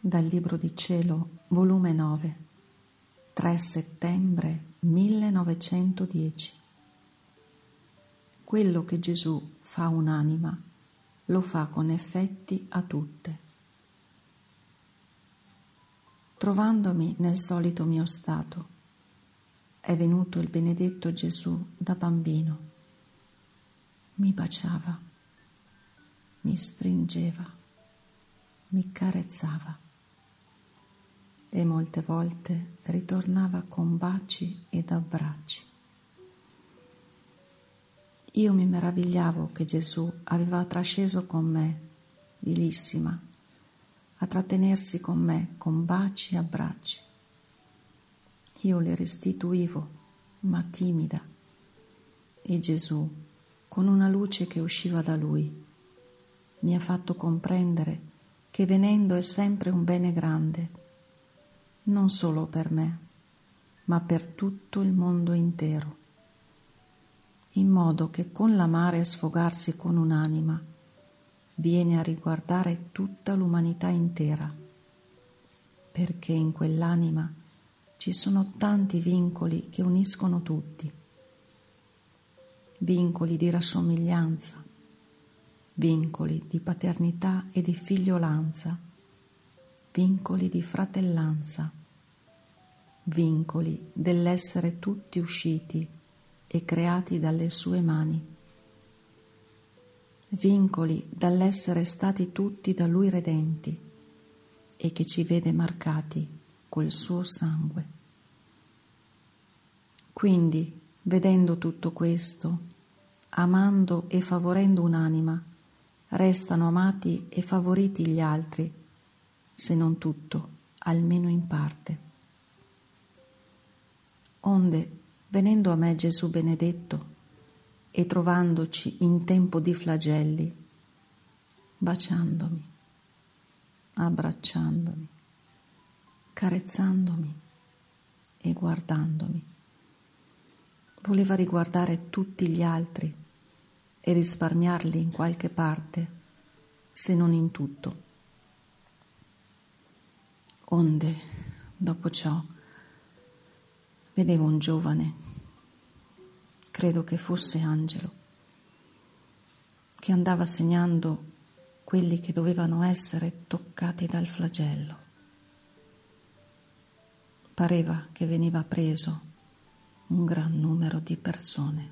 Dal Libro di Cielo, volume 9, 3 settembre 1910. Quello che Gesù fa a un'anima, lo fa con effetti a tutte. Trovandomi nel solito mio stato, è venuto il benedetto Gesù da bambino. Mi baciava, mi stringeva, mi carezzava e molte volte ritornava con baci ed abbracci. Io mi meravigliavo che Gesù aveva trasceso con me, vilissima, a trattenersi con me con baci e abbracci. Io le restituivo, ma timida, e Gesù, con una luce che usciva da Lui, mi ha fatto comprendere che venendo è sempre un bene grande, non solo per me, ma per tutto il mondo intero, in modo che con l'amare e sfogarsi con un'anima viene a riguardare tutta l'umanità intera, perché in quell'anima ci sono tanti vincoli che uniscono tutti, vincoli di rassomiglianza, vincoli di paternità e di figliolanza, vincoli di fratellanza, vincoli dell'essere tutti usciti e creati dalle sue mani, vincoli dall'essere stati tutti da Lui redenti e che ci vede marcati col suo sangue. Quindi, vedendo tutto questo, amando e favorendo un'anima, restano amati e favoriti gli altri, se non tutto, almeno in parte. Onde, venendo a me Gesù benedetto e trovandoci in tempo di flagelli, baciandomi, abbracciandomi, carezzandomi e guardandomi, voleva riguardare tutti gli altri e risparmiarli in qualche parte, se non in tutto. Onde, dopo ciò, vedevo un giovane, credo che fosse Angelo, che andava segnando quelli che dovevano essere toccati dal flagello. Pareva che veniva preso un gran numero di persone.